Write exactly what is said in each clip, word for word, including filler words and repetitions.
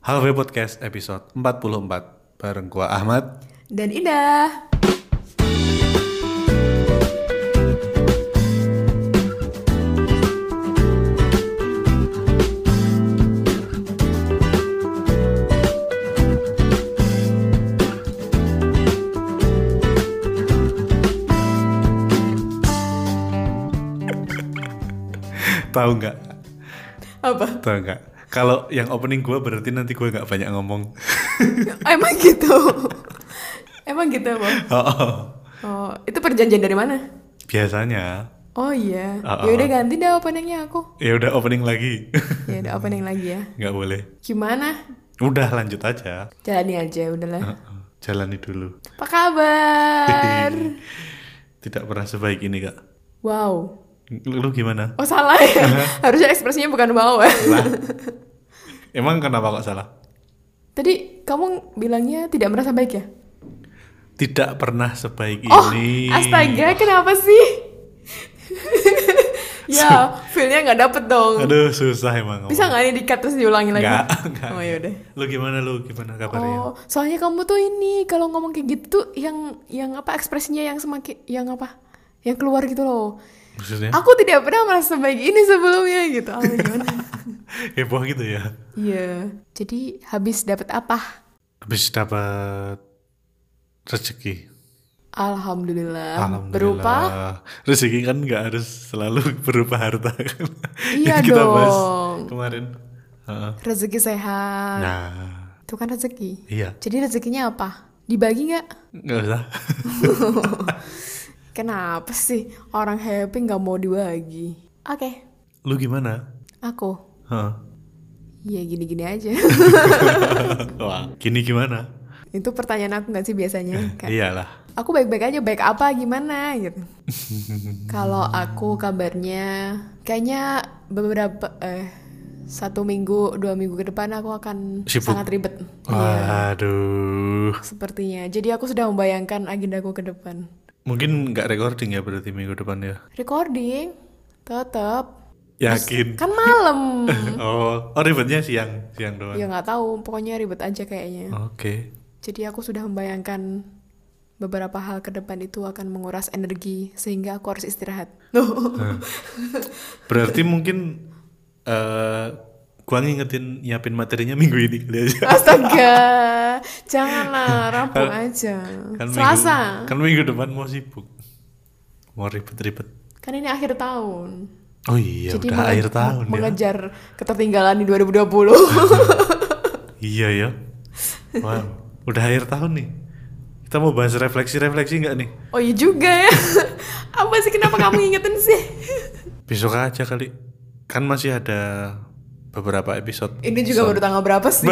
Halfway Podcast episode empat puluh empat bareng gua Ahmad dan Ida. Tahu nggak? Apa? Tahu nggak? Kalau yang opening gue berarti nanti gue nggak banyak ngomong. Emang gitu? Emang gitu, Bang? Oh, oh. Oh, itu perjanjian dari mana? Biasanya. Oh iya. Oh, oh. Ya udah ganti dah openingnya aku. Ya udah opening lagi. Ya udah opening lagi ya. Nggak boleh. Gimana? Udah lanjut aja. Jalani aja, udahlah. Oh, oh. Jalani dulu. Apa kabar? Tidak pernah sebaik ini kak. Wow. Lu, lu gimana? Oh salah ya. Harusnya ekspresinya bukan wow. Lah. Emang kenapa kok salah? Tadi kamu bilangnya tidak merasa baik ya? Tidak pernah sebaik Oh, ini. astaga, kenapa sih? Ya, feel-nya nggak dapet dong. Aduh, susah emang. Bisa nggak nih di-cut terus diulangi lagi? Nggak, nggak. Oh yaudah. Lu gimana lu? Gimana kabarnya? Oh, soalnya kamu tuh ini kalau ngomong kayak gitu tuh yang yang apa ekspresinya yang semakin yang apa? Yang keluar gitu loh. Maksudnya? Aku tidak pernah merasa baik ini sebelumnya gitu. Oh, gimana? Heboh gitu ya? Iya. Jadi habis dapat apa? Habis dapat rezeki. Alhamdulillah. Alhamdulillah. Berupa? Rezeki kan nggak harus selalu berupa harta kan? Iya Yang kita bahas dong. kemarin. Uh-uh. Rezeki sehat. Nah, Itu kan rezeki. iya. Jadi rezekinya apa? Dibagi nggak? Nggak usah. Kenapa sih orang happy nggak mau dibagi? Oke. Lu gimana? Aku. Huh. Ya gini-gini aja. Wah, gini gimana? Itu pertanyaan aku nggak sih biasanya? Kayak, Iyalah. aku baik-baik aja, baik apa gimana gitu. Kalau aku kabarnya kayaknya beberapa eh satu minggu dua minggu ke depan aku akan Sibuk. sangat ribet. Iya, Waduh. sepertinya. Jadi aku sudah membayangkan agendaku ke depan. Mungkin nggak recording ya berarti minggu depan ya? Recording, tetap. Yakin? Kan malam. oh, oh ribetnya siang, siang doang. Ya nggak tahu, pokoknya ribet aja kayaknya. Oke. Jadi aku sudah membayangkan beberapa hal ke depan itu akan menguras energi sehingga aku harus istirahat. Hmm. Berarti mungkin uh, gua ngingetin nyiapin materinya minggu ini kali aja. Astaga, janganlah, rampung aja. Kan Selasa. Minggu, kan minggu depan mau sibuk. Mau ribet-ribet. Kan ini akhir tahun. Oh iya, Jadi udah menge- akhir tahun mengejar ketertinggalan di dua ribu dua puluh. ya. Iya ya. Wow, udah akhir tahun nih. Kita mau bahas refleksi-refleksi nggak nih? Oh iya juga ya. Apa sih kenapa kamu ingetin sih? Besok aja kali. Kan masih ada beberapa episode. Ini juga So- baru tanggal berapa sih?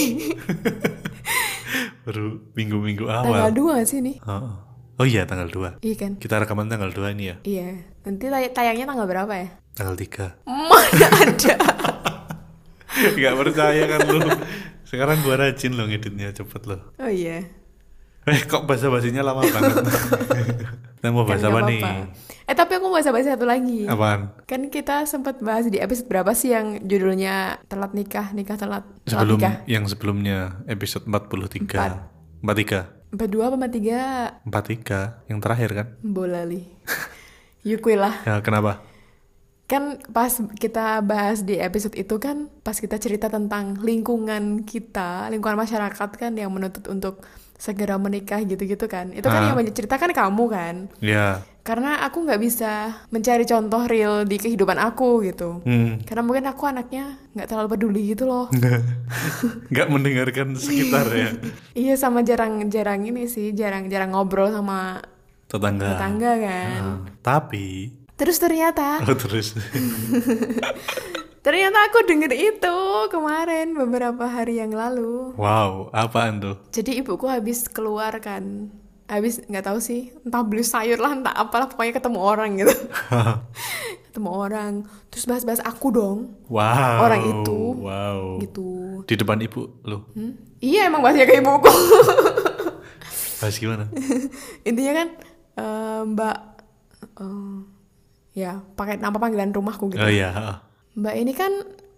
baru minggu-minggu Tanggal awal. dua sih nih. Oh, oh iya tanggal dua. Iya kan? Kita rekaman tanggal dua ini ya. Iya. Nanti tay- tayangnya tanggal berapa ya? Tanggal tiga. Mana ada? Gak percaya kan lu. Sekarang gua rajin lo ngeditnya, cepet lo. Oh iya. Eh kok basa-basinya lama banget. Kita mau bahas Kan apa nggak nih? apa-apa. Eh tapi aku mau bahas satu lagi. Apaan? Kan kita sempat bahas di episode berapa sih yang judulnya telat nikah, nikah telat, telat Sebelum nikah. yang sebelumnya episode empat puluh tiga. empat puluh tiga. Empat dua apa empat tiga? empat puluh tiga yang terakhir kan? Bola li. Yukui lah. Ya kenapa? Kan pas kita bahas di episode itu kan pas kita cerita tentang lingkungan kita, lingkungan masyarakat kan yang menuntut untuk segera menikah gitu-gitu kan. Itu kan Ah. yang banyak cerita kan kamu kan. Ya. Karena aku nggak bisa mencari contoh real di kehidupan aku gitu. Hmm. Karena mungkin aku anaknya nggak terlalu peduli gitu loh. Nggak mendengarkan sekitar ya. Iya sama jarang-jarang ini sih, jarang-jarang ngobrol sama Tetangga. tetangga kan. Ah, tapi Terus ternyata, oh terus. ternyata aku denger itu kemarin beberapa hari yang lalu. Wow, apaan tuh? Jadi ibuku habis keluar kan, habis nggak tahu sih, entah beli sayur lah, entah apalah, pokoknya ketemu orang gitu. Ketemu orang, terus bahas-bahas aku dong, Wow. orang itu, Wow. gitu. Di depan ibu lu. Hmm? Iya emang bahasnya ke ibuku. Bahas gimana? Intinya kan eh, Mbak, eh, ya pakai nama panggilan rumahku gitu. Oh iya. Mbak ini kan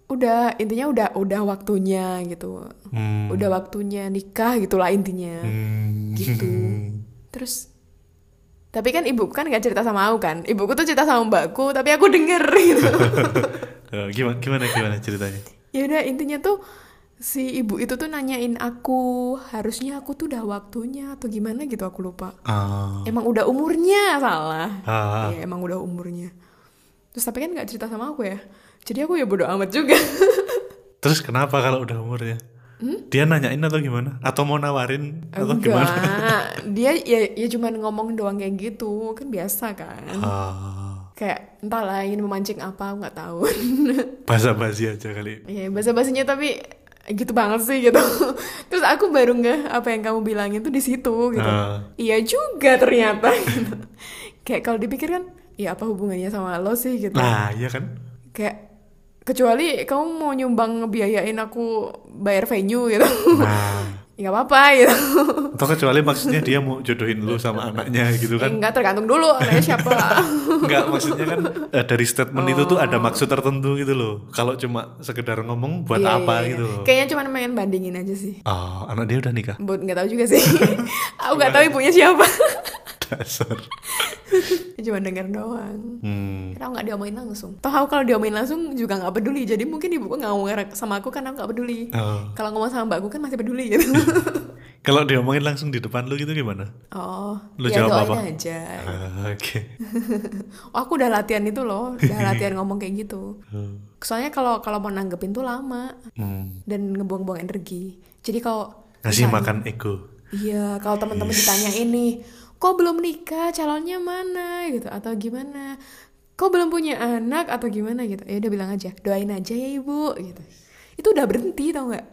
udah intinya udah udah waktunya gitu. Hmm. Udah waktunya nikah gitulah intinya. Hmm. Gitu. Terus tapi kan ibuku kan gak cerita sama aku kan. Ibuku tuh cerita sama mbakku tapi aku denger gitu. Eh, gimana gimana gimana ceritanya? Ya udah intinya tuh si ibu itu tuh nanyain aku, harusnya aku tuh udah waktunya atau gimana gitu, aku lupa. Ah. Emang udah umurnya salah. Ah. Ya emang udah umurnya. Terus tapi kan gak cerita sama aku ya. Jadi aku ya bodo amat juga. Terus kenapa kalau udah umurnya? Hmm? Dia nanyain atau gimana? Atau mau nawarin atau Enggak. gimana? Dia ya ya cuman ngomong doang kayak gitu, kan biasa kan. Ah. Kayak entahlah ingin memancing apa, aku nggak tahu. Basa-basi aja kali. Iya, basa-basinya tapi gitu banget sih gitu. Terus aku baru ngeh apa yang kamu bilangin tuh di situ gitu. Ah. Iya juga ternyata gitu. Kayak kalau dipikir kan, ya apa hubungannya sama lo sih gitu. Nah, iya kan? Kayak kecuali kamu mau nyumbang ngebiayain aku bayar venue gitu. Nah. Nggak apa-apa gitu. Atau kecuali maksudnya dia mau jodohin lu sama anaknya gitu Eh, kan? enggak, tergantung dulu anaknya siapa. Enggak, maksudnya kan eh, dari statement itu tuh ada maksud tertentu gitu loh. Kalau cuma sekedar ngomong buat Iya, apa iya, gitu iya. loh. Kayaknya cuma pengen bandingin aja sih. Oh, anak dia udah nikah? Buat nggak tahu juga sih. Aku nggak tahu ibunya siapa. Dasar. Cuma denger doang. Hmm. Karena aku nggak diomongin langsung. Toh aku kalau diomongin langsung juga nggak peduli. Jadi mungkin ibuku nggak ngomong sama aku karena aku nggak peduli. Oh. Kalau ngomong sama mbakku kan masih peduli gitu. Kalau diomongin langsung di depan lu gitu gimana? Oh, Lu ya jawab doain apa? aja. Ah, Oke. Oh, aku udah latihan itu loh, udah latihan ngomong kayak gitu. Hmm. Soalnya kalau kalau mau nanggepin tuh lama Hmm. dan ngebuang-buang energi. Jadi kalau Ngasih ditanya- makan ego. Iya, kalau teman-teman ditanya ini, kok belum nikah, calonnya mana gitu atau gimana? Kok belum punya anak atau gimana gitu? Ya udah bilang aja, doain aja ya ibu gitu. Itu udah berhenti tau nggak?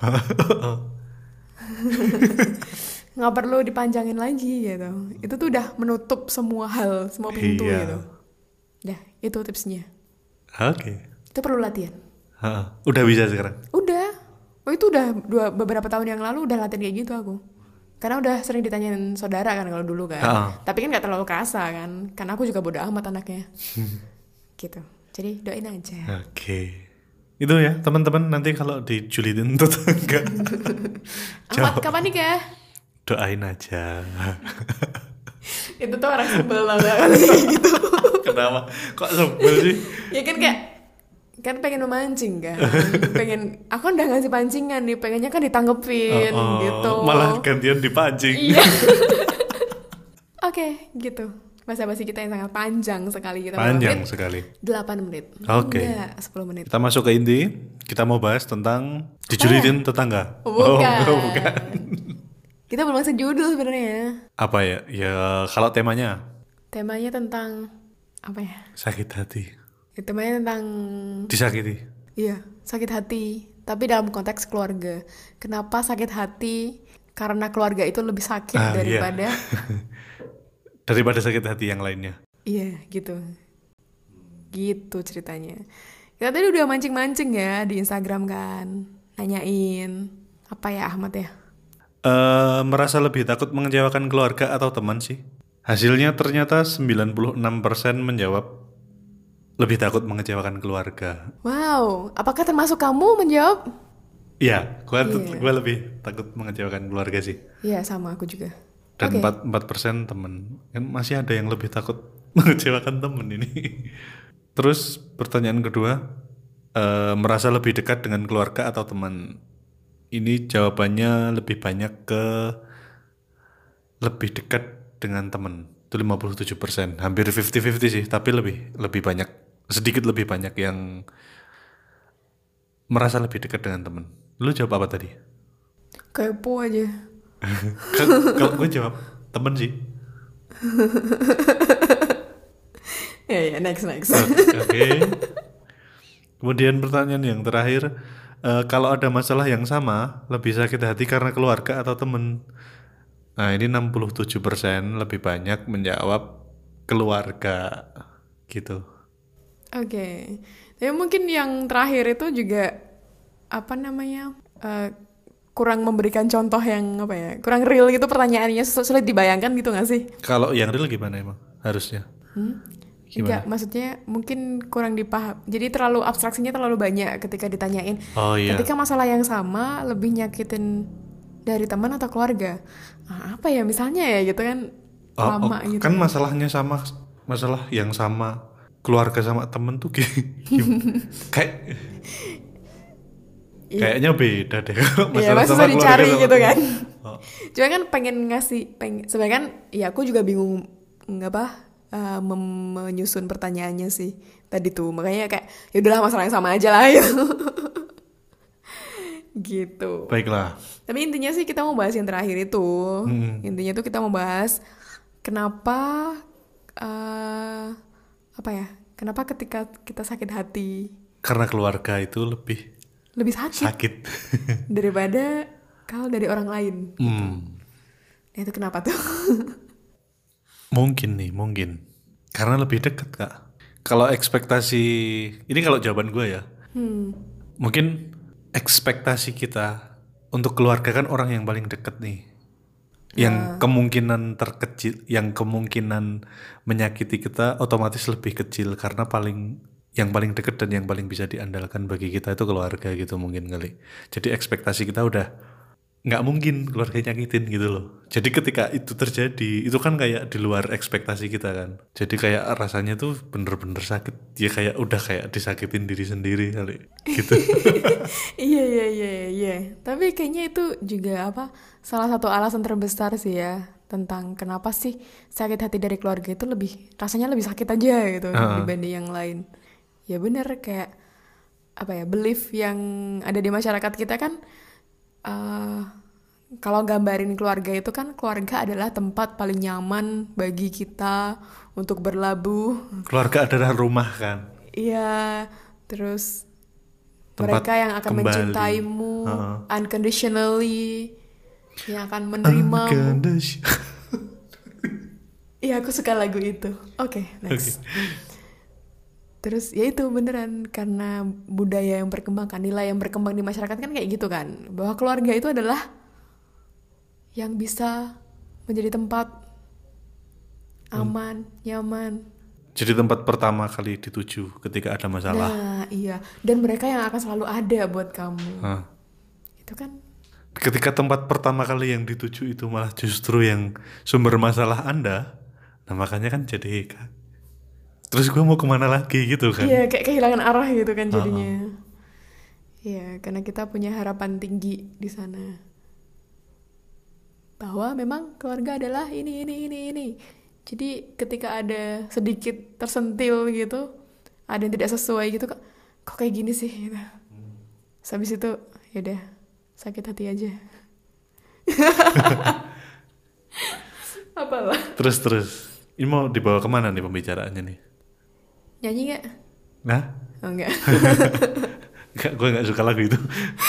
Nggak perlu dipanjangin lagi gitu. Itu tuh udah menutup semua hal, semua pintu Iya. gitu. Dah, itu tipsnya. Oke. Itu perlu latihan. Ha, udah bisa sekarang. Udah. Oh itu udah dua, beberapa tahun yang lalu udah latihan kayak gitu aku. Karena udah sering ditanyain saudara kan kalau dulu kan. Ha. Tapi kan gak terlalu kasar kan. Karena aku juga bodo amat anaknya. Gitu. Jadi doain aja. Oke. Itu ya teman-teman, nanti kalau dijulitin tetangga. Ahmad kapan nikah? Doain aja. Itu tuh orang sebel banget kalau kayak gitu. Kenapa? Kok sebel sih? Ya kan kayak kan pengen memancing kan, pengen aku udah ngasih pancingan nih, pengennya kan ditanggepin Oh, oh, gitu. malah gantian dipancing. Iya. Oke, gitu. Basa-basi kita yang sangat panjang sekali kita. Panjang sekali. delapan menit. Oke. Enggak, sepuluh menit. Kita masuk ke inti. Kita mau bahas tentang dijulitin tetangga. Bukan. Oh, bukan. Kita belum masuk judul sebenarnya. Apa ya? Ya kalau temanya Temanya tentang apa ya? sakit hati. Ya, temanya tentang Disakiti. iya, sakit hati, tapi dalam konteks keluarga. Kenapa sakit hati? Karena keluarga itu lebih sakit Ah, daripada iya. Daripada sakit hati yang lainnya. iya, gitu. Gitu ceritanya. Kita tadi udah mancing-mancing ya di Instagram kan, nanyain apa ya Ahmad ya? Eh, merasa lebih takut mengecewakan keluarga atau teman sih? Hasilnya ternyata sembilan puluh enam persen menjawab lebih takut mengecewakan keluarga. Wow, apakah termasuk kamu menjawab? Iya, gua Iya. gua lebih takut mengecewakan keluarga sih. Iya, sama aku juga. Dan Oke. empat persen temen. Kan masih ada yang lebih takut mengecewakan temen ini. Terus pertanyaan kedua, eh, merasa lebih dekat dengan keluarga atau teman? Ini jawabannya lebih banyak ke lebih dekat dengan teman. Itu lima puluh tujuh persen. Hampir lima puluh lima puluh sih, tapi lebih lebih banyak, sedikit lebih banyak yang merasa lebih dekat dengan teman. Lu jawab apa tadi? Kepo aja. Kalau gue jawab temen sih. Ya, ya, next, next. Oke. Kemudian pertanyaan yang terakhir, eh, kalau ada masalah yang sama, lebih sakit hati karena keluarga atau temen? Nah ini enam puluh tujuh persen lebih banyak menjawab keluarga gitu. Oke, tapi mungkin yang terakhir itu juga apa namanya eh, kurang memberikan contoh yang apa ya, kurang real gitu pertanyaannya, sul- sulit dibayangkan gitu nggak sih? Kalau yang real gimana emang harusnya? Hmm? Enggak, Gimana? maksudnya mungkin kurang dipaham. Jadi terlalu abstraksinya terlalu banyak ketika ditanyain. Oh iya. Ketika masalah yang sama lebih nyakitin dari teman atau keluarga. Ah, apa ya misalnya ya gitu kan Oh, oh, lama gitu. kan masalahnya sama, masalah yang sama keluarga sama temen tuh gi- gim- kayak Iya, kayaknya beda deh kalau iya masalah mas sama susah keluarga dicari sama gitu temen. kan. Oh, Cuma kan pengen ngasih, pengen, sebenarnya kan ya aku juga bingung nggak apa eh, mem- menyusun pertanyaannya sih tadi tuh. Makanya kayak ya udahlah masalah yang sama aja lah gitu. Gitu. baiklah. Tapi intinya sih kita mau bahas yang terakhir itu. Mm-mm. Intinya tuh kita mau bahas kenapa eh apa ya? Kenapa ketika kita sakit hati Karena keluarga itu lebih lebih sakit sakit. daripada kalau dari orang lain. Hmm, Nah, itu kenapa tuh? mungkin nih, mungkin karena lebih dekat kak. Kalau ekspektasi, ini kalau jawaban gue ya, Hmm. mungkin ekspektasi kita untuk keluarga kan orang yang paling dekat nih, yang kemungkinan terkecil, yang kemungkinan menyakiti kita otomatis lebih kecil karena paling yang paling dekat dan yang paling bisa diandalkan bagi kita itu keluarga gitu mungkin kali. Jadi ekspektasi kita udah nggak mungkin keluarga nyakitin gitu loh. Jadi ketika itu terjadi, itu kan kayak di luar ekspektasi kita kan. Jadi kayak rasanya tuh bener-bener sakit. Ya kayak udah kayak disakitin diri sendiri kali gitu. Iya iya iya iya. Tapi kayaknya itu juga apa? Salah satu alasan terbesar sih ya tentang kenapa sih sakit hati dari keluarga itu lebih rasanya lebih sakit aja gitu Heeh. dibanding yang lain. Ya bener kayak apa ya belief yang ada di masyarakat kita kan eh kalau gambarin keluarga itu kan keluarga adalah tempat paling nyaman bagi kita untuk berlabuh. Keluarga adalah rumah kan. Iya, terus Tempat mereka yang akan kembali. mencintaimu Heeh. unconditionally, yang akan menerimamu. Uncondition- Iya, aku suka lagu itu. Oke, next. Terus ya itu beneran karena budaya yang berkembang kan, nilai yang berkembang di masyarakat kan kayak gitu kan, bahwa keluarga itu adalah yang bisa menjadi tempat aman, nyaman. Jadi tempat pertama kali dituju ketika ada masalah. Nah, iya. Dan mereka yang akan selalu ada buat kamu. Hah. Itu kan Ketika tempat pertama kali yang dituju itu malah justru yang sumber masalah Anda, nah makanya kan jadi terus gue mau kemana lagi gitu kan. iya kayak kehilangan arah gitu kan jadinya. Iya, karena kita punya harapan tinggi di sana. Bahwa memang keluarga adalah ini ini ini ini. Jadi ketika ada sedikit tersentil gitu, ada yang tidak sesuai gitu kok, kok kayak gini sih gitu. Terus habis itu ya udah sakit hati aja. Apalah. Terus terus. Ini mau dibawa kemana nih pembicaraannya nih? Nyanyi nggak? Nah, Oh enggak. nggak, gue nggak suka lagu itu.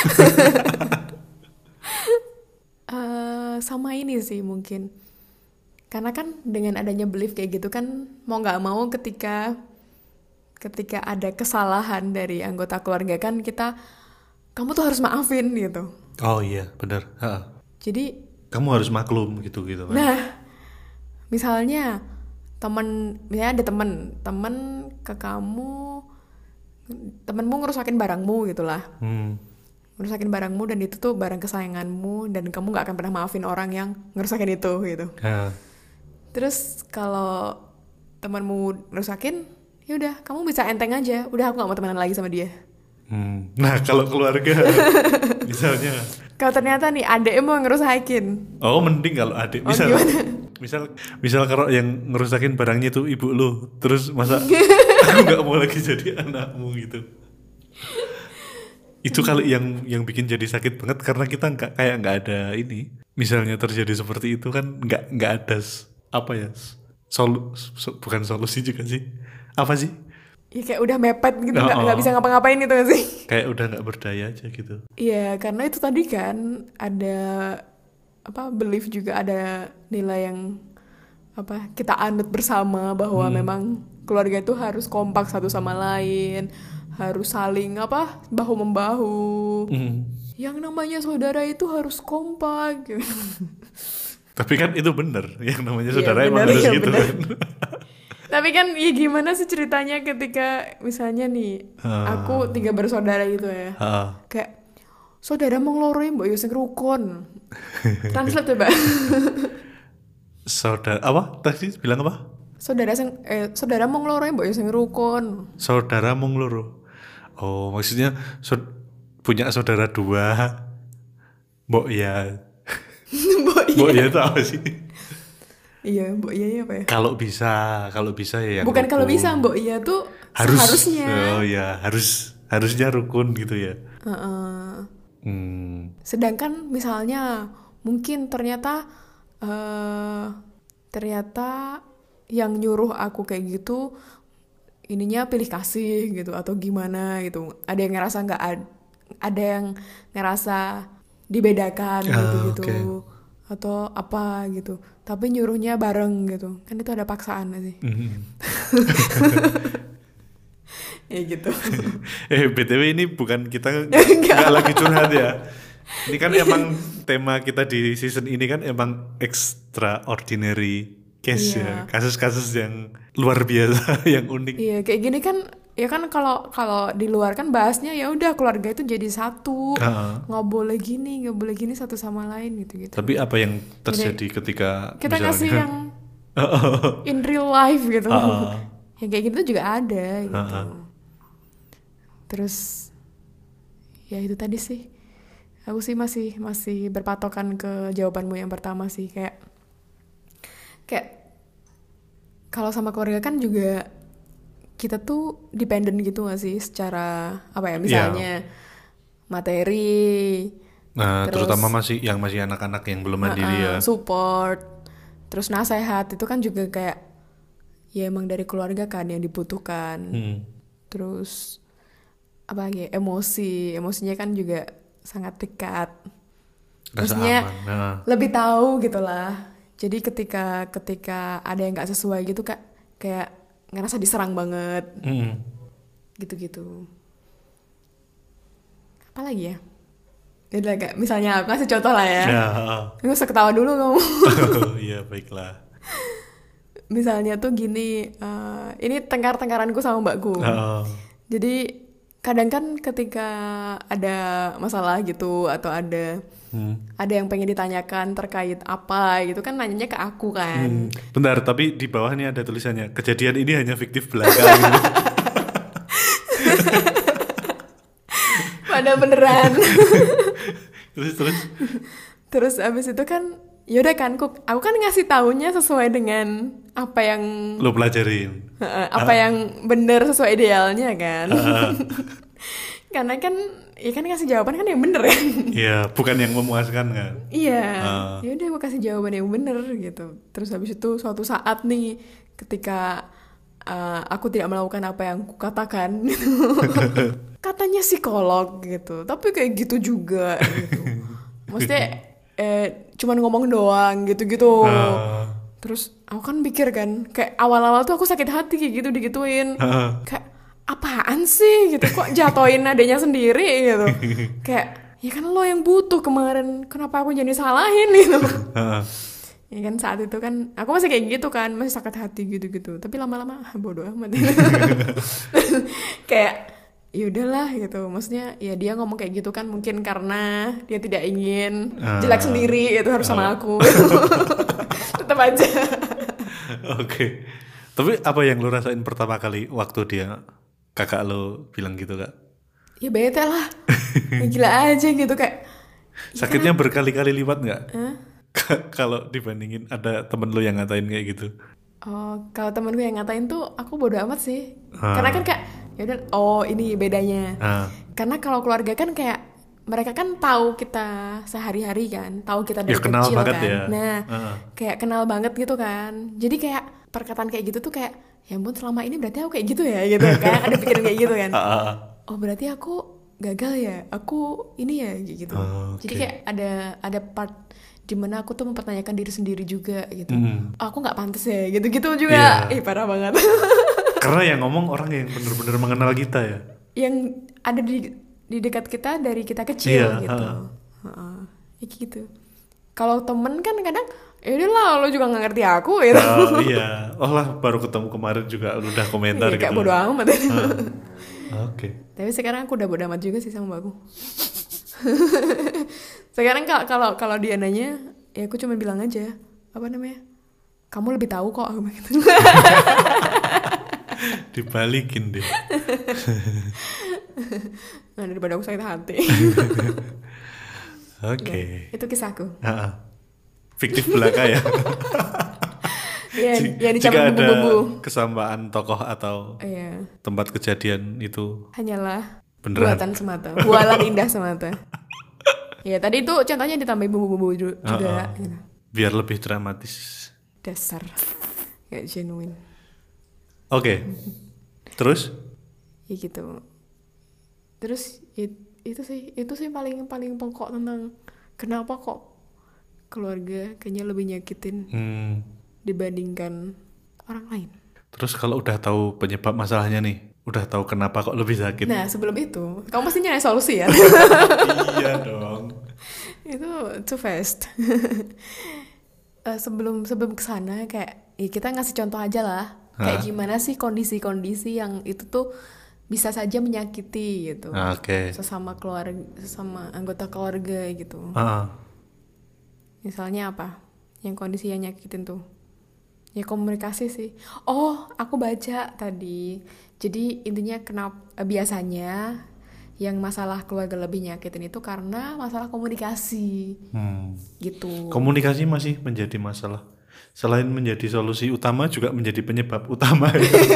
Eh, sama ini sih mungkin. Karena kan dengan adanya belief kayak gitu kan mau nggak mau ketika ketika ada kesalahan dari anggota keluarga kan kita kamu tuh harus maafin gitu. Oh iya, benar. Ha. Jadi Kamu harus maklum gitu gitu kan. nah misalnya temen misalnya ada temen temen ke kamu temenmu ngerusakin barangmu gitulah. Hmm. Ngerusakin barangmu dan itu tuh barang kesayanganmu dan kamu nggak akan pernah maafin orang yang ngerusakin itu gitu. Ha. Terus kalau temanmu ngerusakin, ya udah kamu bisa enteng aja. Udah aku nggak mau temenan lagi sama dia. Hmm. Nah kalau keluarga misalnya, Kalau ternyata nih adeknya mau ngerusakin, oh mending kalau adik oh misal, gimana? misal misal kalau yang ngerusakin barangnya itu ibu lu, terus masa aku nggak mau lagi jadi anakmu gitu. Itu kali yang yang bikin jadi sakit banget karena kita nggak kayak nggak ada ini. Misalnya terjadi seperti itu kan nggak nggak ada s- apa ya solu so- bukan solusi juga sih, apa sih, Ya kayak udah mepet gitu, nggak Oh, nggak oh. bisa ngapa-ngapain itu nggak sih? kayak udah nggak berdaya aja gitu. Iya, karena itu tadi kan ada apa belief juga ada nilai yang apa kita anut bersama bahwa memang keluarga itu harus kompak satu sama lain, harus saling apa bahu membahu. Hmm. Yang namanya saudara itu harus kompak. Tapi kan itu bener, yang namanya Iya, saudara emang bener, harus iya, gitu bener. kan. Tapi kan ya gimana sih ceritanya ketika misalnya nih Ah. aku tiga bersaudara gitu ya. Heeh. Kayak saudara mau ngeloroin mbok yo sing rukun. Translate coba. Saudara apa? Tadi bilang apa? Saudara sing eh saudara mau ngeloroin mbok yo sing rukun. Saudara mung loro. Oh, maksudnya saud- punya saudara dua. Mbok ya. Mbok Mbok iya. ya itu apa sih? Iya, mbok iya ya apa ya? Kalau bisa, kalau bisa ya yang Bukan kalau rukun. bisa mbok iya tuh Harus. seharusnya. Oh ya, harus harusnya rukun gitu ya. Heeh. Hmm. Sedangkan misalnya mungkin ternyata eh ternyata yang nyuruh aku kayak gitu ininya pilih kasih gitu atau gimana gitu. Ada yang ngerasa nggak ad- ada yang ngerasa dibedakan Ah, gitu-gitu oke. atau apa gitu. Tapi nyuruhnya bareng gitu. Kan itu ada paksaan gak sih? Hmm. Ya gitu. Eh, B T W ini bukan kita nggak nggak lagi curhat ya. Ini kan emang tema kita di season ini kan emang extraordinary case ya. Iya. Kasus-kasus yang luar biasa, yang unik. Iya, kayak gini kan ya kan kalau kalau di luar kan bahasnya ya udah keluarga itu jadi satu. Ah, Nggak boleh gini, nggak boleh gini satu sama lain gitu-gitu. tapi apa yang terjadi ketika Kita ngasih misalnya yang in real life gitu. Ah, ah. Yang kayak gitu juga ada gitu. Ah, ah. Terus ya itu tadi sih. Aku sih masih masih berpatokan ke jawabanmu yang pertama sih kayak kayak kalau sama keluarga kan juga kita tuh dependent gitu gak sih secara apa ya misalnya materi Nah, terus terutama masih yang masih anak-anak yang belum mandiri ya. uh, support terus nasehat itu kan juga kayak ya emang dari keluarga kan yang dibutuhkan. Hmm. Terus apa lagi ya, emosi emosinya kan juga sangat dekat. Rasa Maksudnya aman. Nah, lebih tahu gitulah. Jadi ketika ketika ada yang nggak sesuai gitu kak kayak ngerasa diserang banget mm. gitu-gitu. Apa lagi ya? Jadi agak misalnya aku kasih contoh lah ya. Ya, Nggak usah ketawa dulu kamu. iya baiklah. Misalnya tuh gini, eh, ini tengkar-tengkaranku sama mbakku. Oh. Jadi kadang kan ketika ada masalah gitu atau ada Hmm. ada yang pengen ditanyakan terkait apa gitu kan nanyanya ke aku kan. Hmm. Bentar, tapi di bawah ini ada tulisannya kejadian ini hanya fiktif belaka. Gitu. Pada beneran. terus terus. Terus abis itu kan yaudah kan aku, aku kan ngasih taunya sesuai dengan apa yang Lo pelajarin. eh, apa yang bener sesuai idealnya kan. Karena kan ya kan ngasih jawaban kan yang bener kan. Iya, bukan yang memuaskan kan. Iya, Ah. ya udah gue kasih jawaban yang bener gitu. Terus habis itu suatu saat nih, ketika uh, aku tidak melakukan apa yang kukatakan, katanya psikolog gitu, tapi kayak gitu juga gitu. Maksudnya eh, cuman ngomong doang gitu-gitu. Ah. Terus aku kan pikir kan, kayak awal-awal tuh aku sakit hati kayak gitu digituin, Ah. kayak apaan sih gitu, kok jatoin adanya sendiri gitu. Kayak ya kan lo yang butuh kemarin, kenapa aku jadi salahin gitu. Ah. Ya kan saat itu kan aku masih kayak gitu kan, masih sakit hati gitu-gitu. Tapi lama-lama ah, bodo amat. Kayak ya udahlah gitu. Maksudnya ya dia ngomong kayak gitu kan mungkin karena dia tidak ingin Ah. jelek sendiri itu harus sama aku. Tetap aja. Oke. Tapi apa yang lo rasain pertama kali waktu dia kakak lo bilang gitu kak? Ya bete lah. Ya, gila aja gitu kayak Sakitnya berkali-kali lipat nggak? Hah? Kalau dibandingin ada temen lo yang ngatain kayak gitu? Oh, kalau temen gue yang ngatain tuh aku bodo amat sih. Ah. Karena kan kayak ya udah oh ini bedanya. Ah. Karena kalau keluarga kan kayak mereka kan tahu kita sehari-hari kan, tahu kita dari Ya, kenal kecil banget kan. ya. Nah, Ah. kayak kenal banget gitu kan. Jadi kayak perkataan kayak gitu tuh kayak ya ampun selama ini berarti aku kayak gitu ya gitu kan. Ada pikiran kayak gitu kan. Ah, ah, ah. Oh, berarti aku gagal ya. Aku ini ya gitu. Oh, Jadi oke. kayak ada ada part dimana aku tuh mempertanyakan diri sendiri juga gitu. Mm. Oh, aku nggak pantas ya gitu-gitu juga. Iya. Ih parah banget. Karena yang ngomong orang yang bener-bener mengenal kita ya. Yang ada di di dekat kita dari kita kecil Iya, gitu. ha. Heeh. Ya gitu. Kalau temen kan kadang ya udah lah lo juga nggak ngerti aku gitu. Oh iya, oh lah baru ketemu kemarin juga udah komentar Iya, gitu. kayak bodo amat. Ah, Oke. Tapi sekarang aku udah bodo amat juga sih sama aku. Sekarang kal- kalau kalau dia nanya, ya aku cuma bilang aja apa namanya, kamu lebih tahu kok aku gitu. Dibalikin deh. Nah daripada aku sakit hati. Oke. Itu kisahku. Ah, fiktif belaka ya. Iya, Ji- yang Jika dicampur ada bumbu-bumbu. kesamaan tokoh atau Iya, tempat kejadian itu hanyalah beneran. buatan semata, bualan indah semata. Ya tadi itu contohnya ditambahin bumbu-bumbu ju- juga. Ah, ah. Gitu. Biar lebih dramatis. Dasar, kayak genuine. Oke. Terus? Ya gitu. Terus ya, itu sih, itu sih paling paling pokok tentang kenapa kok keluarga kayaknya lebih nyakitin Hmm. dibandingkan orang lain. Terus kalau udah tahu penyebab masalahnya nih, udah tahu kenapa kok lebih sakit. Nah sebelum itu, kamu pasti nyari solusi ya. Iya dong. Itu too fast. Eh, sebelum sebelum kesana kayak ya kita ngasih contoh aja lah. Kayak Hah? gimana sih kondisi-kondisi yang itu tuh bisa saja menyakiti gitu. Ah, Oke. Sesama keluarga, sesama anggota keluarga gitu. Ah, Misalnya apa? Yang kondisi yang nyakitin tuh. Ya komunikasi sih. Oh, aku baca tadi. Jadi intinya kenapa biasanya yang masalah keluarga lebih nyakitin itu karena masalah komunikasi hmm. gitu. Komunikasi masih menjadi masalah. Selain menjadi solusi utama juga menjadi penyebab utama.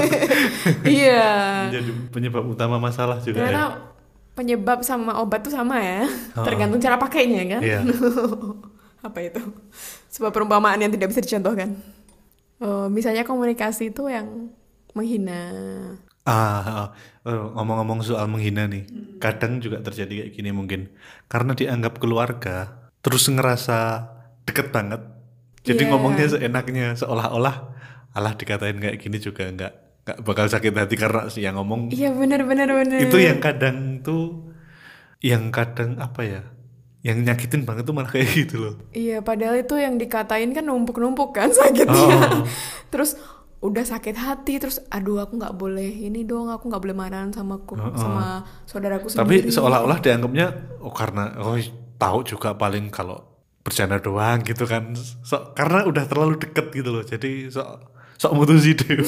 Iya. Menjadi penyebab utama masalah juga Karena ya. penyebab sama obat tuh sama ya. Oh. Tergantung cara pakainya kan. Iya. Apa itu? Sebuah perumpamaan yang tidak bisa dicontohkan. Oh, misalnya komunikasi itu yang menghina. Ah, ah, oh, ngomong-ngomong soal menghina nih, kadang juga terjadi kayak gini mungkin karena dianggap keluarga, terus ngerasa deket banget, jadi Iya. ngomongnya seenaknya, seolah-olah alah dikatain kayak gini juga nggak nggak bakal sakit hati karena si yang ngomong Iya benar benar benar. itu yang kadang tuh, yang kadang apa ya, yang nyakitin banget tuh malah kayak gitu loh. Iya, padahal itu yang dikatain kan numpuk-numpuk kan sakitnya. Oh. Terus udah sakit hati, terus aduh aku nggak boleh ini dong, aku nggak boleh marahan sama aku, Oh, oh. sama saudaraku Tapi sendiri. seolah-olah dianggapnya oh karena oh tahu juga paling kalau bercanda doang gitu kan. So, karena udah terlalu deket gitu loh. Jadi sok sok mutusin deh.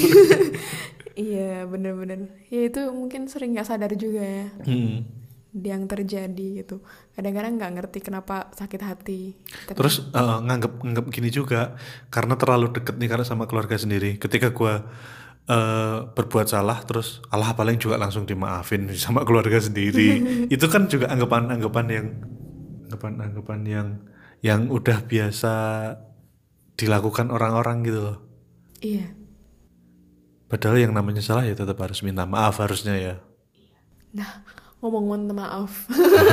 Iya, bener-bener. Ya itu mungkin sering nggak sadar juga ya Hmm. yang terjadi gitu. Kadang-kadang nggak ngerti kenapa sakit hati. Tapi- Terus eh, nganggep nganggep gini juga karena terlalu deket nih karena sama keluarga sendiri. Ketika gua eh, berbuat salah terus Allah paling juga langsung dimaafin sama keluarga sendiri. Itu kan juga anggapan-anggapan yang anggapan-anggapan yang yang udah biasa dilakukan orang-orang gitu loh. Iya. Padahal yang namanya salah ya tetap harus minta maaf harusnya ya. Nah, ngomong-ngomong minta maaf.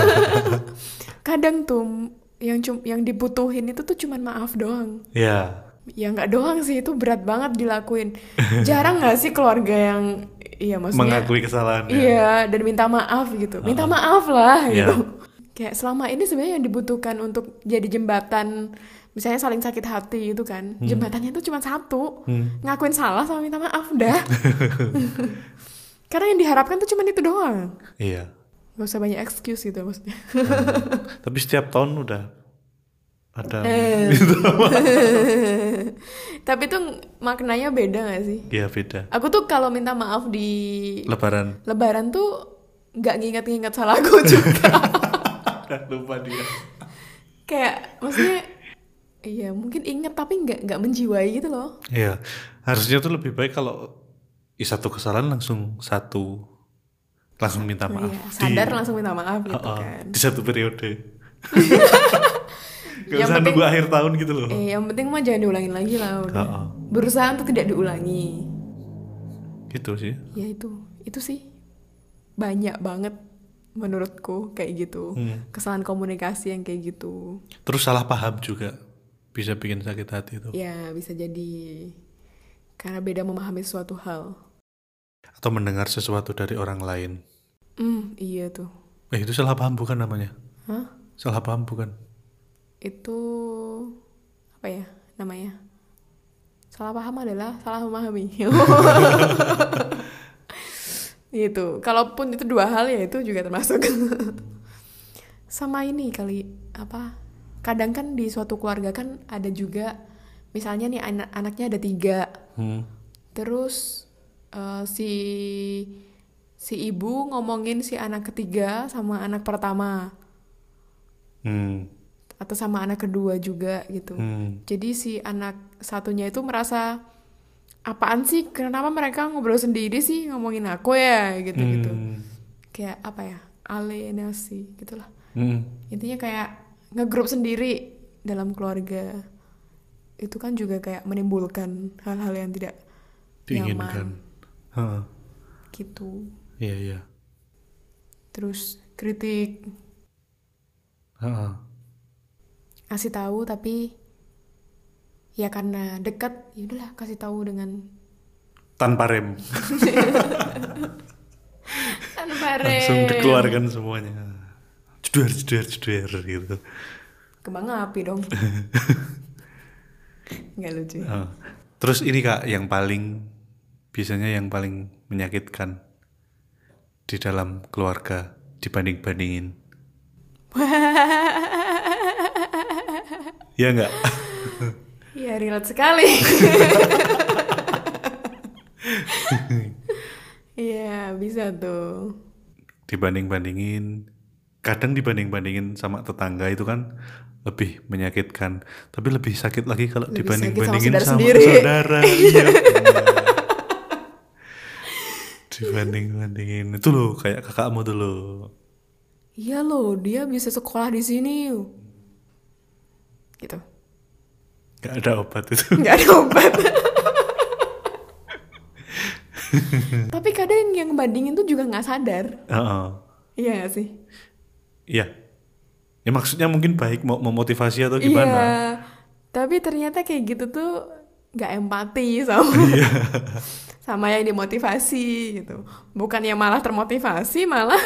Kadang tuh yang cum- yang dibutuhin itu tuh cuman maaf doang. Ya. Ya nggak doang sih, itu berat banget dilakuin. Jarang nggak sih keluarga yang iya maksudnya Mengakui kesalahannya. iya dan minta maaf gitu. Minta maaf lah Iya. gitu. Kayak selama ini sebenarnya yang dibutuhkan untuk jadi jembatan, misalnya saling sakit hati itu kan. Jembatannya itu cuma satu. Hmm. Ngakuin salah sama minta maaf udah. Karena yang diharapkan tuh cuma itu doang. Iya. Gak usah banyak excuse gitu maksudnya. Tapi setiap tahun udah ada Eh. Tapi tuh maknanya beda gak sih? Iya beda. Aku tuh kalau minta maaf di Lebaran. Lebaran tuh nggak nginget-nginget salahku juga. Udah lupa dia. Kayak maksudnya iya mungkin inget tapi nggak nggak menjiwai gitu loh. Iya. Harusnya tuh lebih baik kalau i satu kesalahan langsung satu langsung minta maaf. Iya, sadar langsung minta maaf gitu Oh, oh, kan. di satu periode. Gak Yang usah penting- nunggu akhir tahun gitu loh. Eh, yang penting mah jangan diulangin lagi lah udah. Oh, oh. Berusaha untuk tidak diulangi. Gitu sih. Ya itu, itu sih banyak banget menurutku kayak gitu. Hmm. Kesalahan komunikasi yang kayak gitu. Terus salah paham juga bisa bikin sakit hati tuh. Ya bisa jadi karena beda memahami suatu hal. Atau mendengar sesuatu dari orang lain. Hmm, iya tuh. Eh itu salah paham bukan namanya? Hah? Salah paham bukan? itu apa ya namanya? Salah paham adalah salah memahami. Gitu. Kalaupun itu dua hal ya itu juga termasuk. Sama ini kali apa? Kadang kan di suatu keluarga kan ada juga misalnya nih anak anaknya ada tiga. Hmm. Terus uh, si si ibu ngomongin si anak ketiga sama anak pertama. Hmm. Atau sama anak kedua juga gitu. Hmm. Jadi si anak satunya itu merasa apaan sih? Kenapa mereka ngobrol sendiri sih ngomongin aku ya gitu-gitu. Hmm. Kayak apa ya? Alienasi gitulah. Hmm. Intinya kayak ngegrup sendiri dalam keluarga. Itu kan juga kayak menimbulkan hal-hal yang tidak Diinginkan. nyaman. Heeh. Gitu. Iya, iya. Terus kritik, Heeh. kasih tahu tapi ya karena dekat ya udahlah kasih tahu dengan Tanpa rem. tanpa Langsung rem. dikeluarkan semuanya. Jedar, jedar, jedar gitu. Kembang api dong. Nggak lucu. Heeh. Terus ini Kak, yang paling biasanya yang paling menyakitkan di dalam keluarga dibanding-bandingin. Ya enggak? Ya relate sekali. Iya bisa tuh. Dibanding-bandingin, kadang dibanding-bandingin sama tetangga itu kan lebih menyakitkan, tapi lebih sakit lagi kalau Lebih sakit sama dibanding-bandingin saudara sama, sendiri. saudara. Iya, benar. Dibanding-bandingin itu loh kayak kakakmu tuh loh. Iya loh dia bisa sekolah di sini. Gitu. Gak ada obat itu. Nggak ada obat. Tapi kadang yang bandingin tuh juga nggak sadar. Heeh. Iya nggak sih? Iya. Ya maksudnya mungkin baik mau memotivasi atau gimana. Iya. Tapi ternyata kayak gitu tuh nggak empati sama Iya. sama yang dimotivasi gitu. Bukannya malah termotivasi malah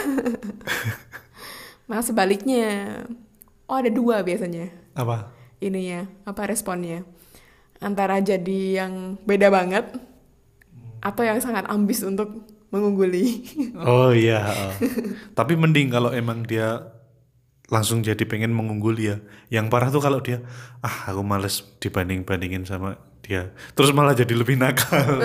malah sebaliknya. Oh ada dua biasanya. Apa? Ininya apa responnya antara jadi yang beda banget atau yang sangat ambis untuk mengungguli. Oh iya. Oh. Tapi mending kalau emang dia langsung jadi pengen mengungguli ya. Yang parah tuh kalau dia ah aku males dibanding-bandingin sama dia. Terus malah jadi lebih nakal.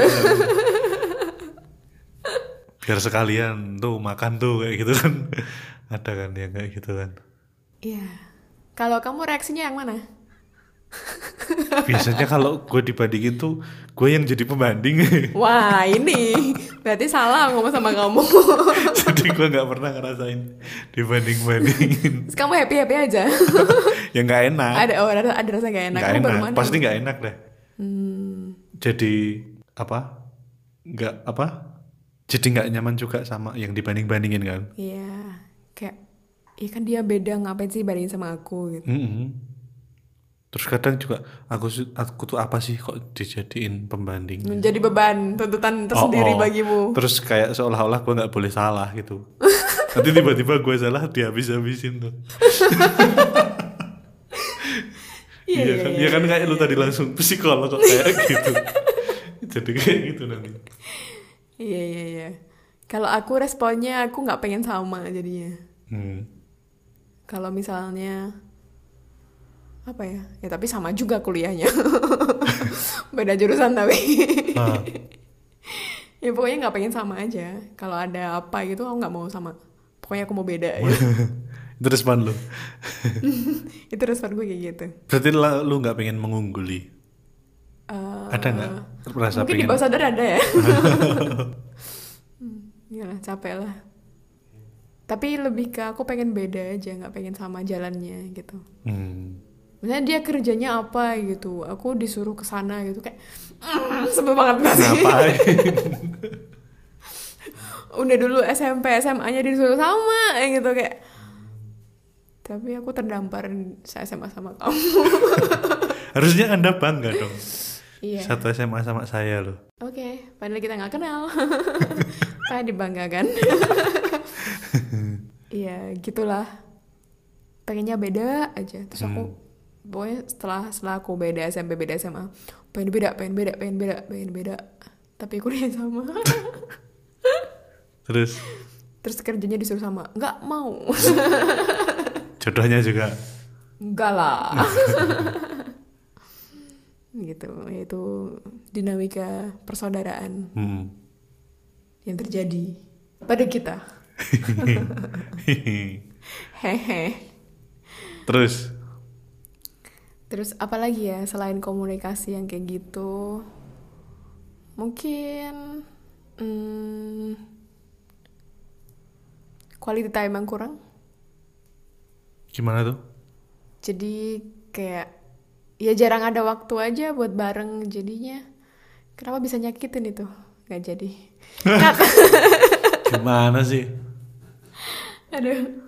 Biar sekalian tuh makan tuh kayak gitu kan. Ada kan yang kayak gitu kan. Iya. Kalau kamu reaksinya yang mana? Biasanya kalau gue dibandingin tuh gue yang jadi pembanding. Wah ini berarti salah ngomong sama kamu. Jadi gue nggak pernah ngerasain dibanding-bandingin. Terus kamu happy-happy aja. Ya nggak enak. Ada oh, ada, ada rasa gak enak. Nggak Kamu enak. baru mana? Pasti nggak enak deh. Hmm. Jadi apa? Nggak apa? Jadi nggak nyaman juga sama yang dibanding-bandingin kan. Iya. Kayak iya kan dia beda ngapain sih bandingin sama aku gitu. Mm-mm. Terus kadang juga aku su- aku tuh apa sih kok dijadiin pembanding? Menjadi beban tuntutan tersendiri Oh, oh. bagimu. Terus kayak seolah-olah gue nggak boleh salah gitu. Nanti tiba-tiba gue salah dihabis-habisin tuh. Iya, Iya iya, kan, iya, iya kan iya, kayak lu iya. tadi langsung psikolog kok kayak gitu. Jadi kayak gitu nanti. Iya iya iya. Kalau aku responnya aku nggak pengen sama jadinya. Hmm. Kalau misalnya apa ya? Ya tapi sama juga kuliahnya. Beda jurusan tapi. Ah. Ya pokoknya nggak pengen sama aja. Kalau ada apa gitu aku nggak mau sama. Pokoknya aku mau beda. Ya. Itu respon lu. Itu respon gue kayak gitu. Berarti la- lu nggak pengen mengungguli? Eh, Ada nggak? Merasa mungkin di pengen? bawah sadar ada ya. Hmm, iyalah capek lah. Tapi lebih ke aku pengen beda aja, nggak pengen sama jalannya gitu. Hmm. Misalnya dia kerjanya apa gitu, aku disuruh ke sana gitu kayak mm, sebel banget gak sih? Ngapain? Udah dulu S M P S M A-nya disuruh sama gitu kayak. Tapi aku terdampar se S M A sama kamu. Harusnya Anda bangga dong. Iya. Satu S M A sama saya loh. Oke, padahal kita nggak kenal. Kayak dibanggakan. Iya, gitulah. Pengennya beda aja. Terus aku Hmm. pokoknya setelah setelah aku beda S M P beda S M A pengen beda pengen beda pengen beda pengen beda tapi kuliah sama. Terus Terus kerjanya disuruh sama, nggak mau. jodohnya juga. Enggak lah. Gitu, itu dinamika persaudaraan hmm. yang terjadi pada kita. Hehe. Terus Terus apalagi ya selain komunikasi yang kayak gitu? Mungkin hmm, quality time yang kurang. gimana tuh? Jadi kayak ya jarang ada waktu aja buat bareng jadinya. Kenapa bisa nyakitin itu? Gak jadi. Gimana sih? Aduh.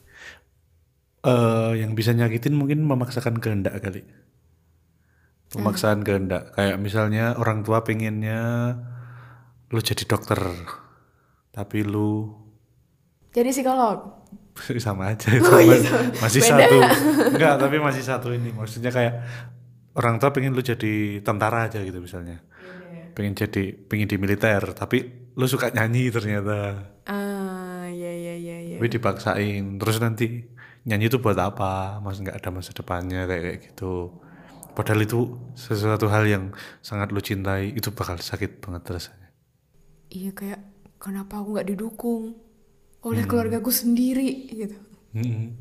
Eh, yang bisa nyakitin mungkin memaksakan kehendak kali. Pemaksaan kehendak. Kayak misalnya orang tua pengennya lu jadi dokter, tapi lu Jadi psikolog. sama aja itu. Oh, Mas- gitu. masih Beda. satu. Enggak, tapi masih satu ini. Maksudnya kayak orang tua pengen lu jadi tentara aja gitu misalnya. Pengen jadi pengen di militer, tapi lu suka nyanyi ternyata. Ah, ya ya ya ya. Tapi dipaksain. Terus nanti nyanyi itu buat apa? Mas nggak ada masa depannya kayak kayak gitu. Padahal itu sesuatu hal yang sangat lu cintai, itu bakal sakit banget rasanya. Iya kayak kenapa aku nggak didukung oleh keluargaku sendiri gitu. Mm-mm.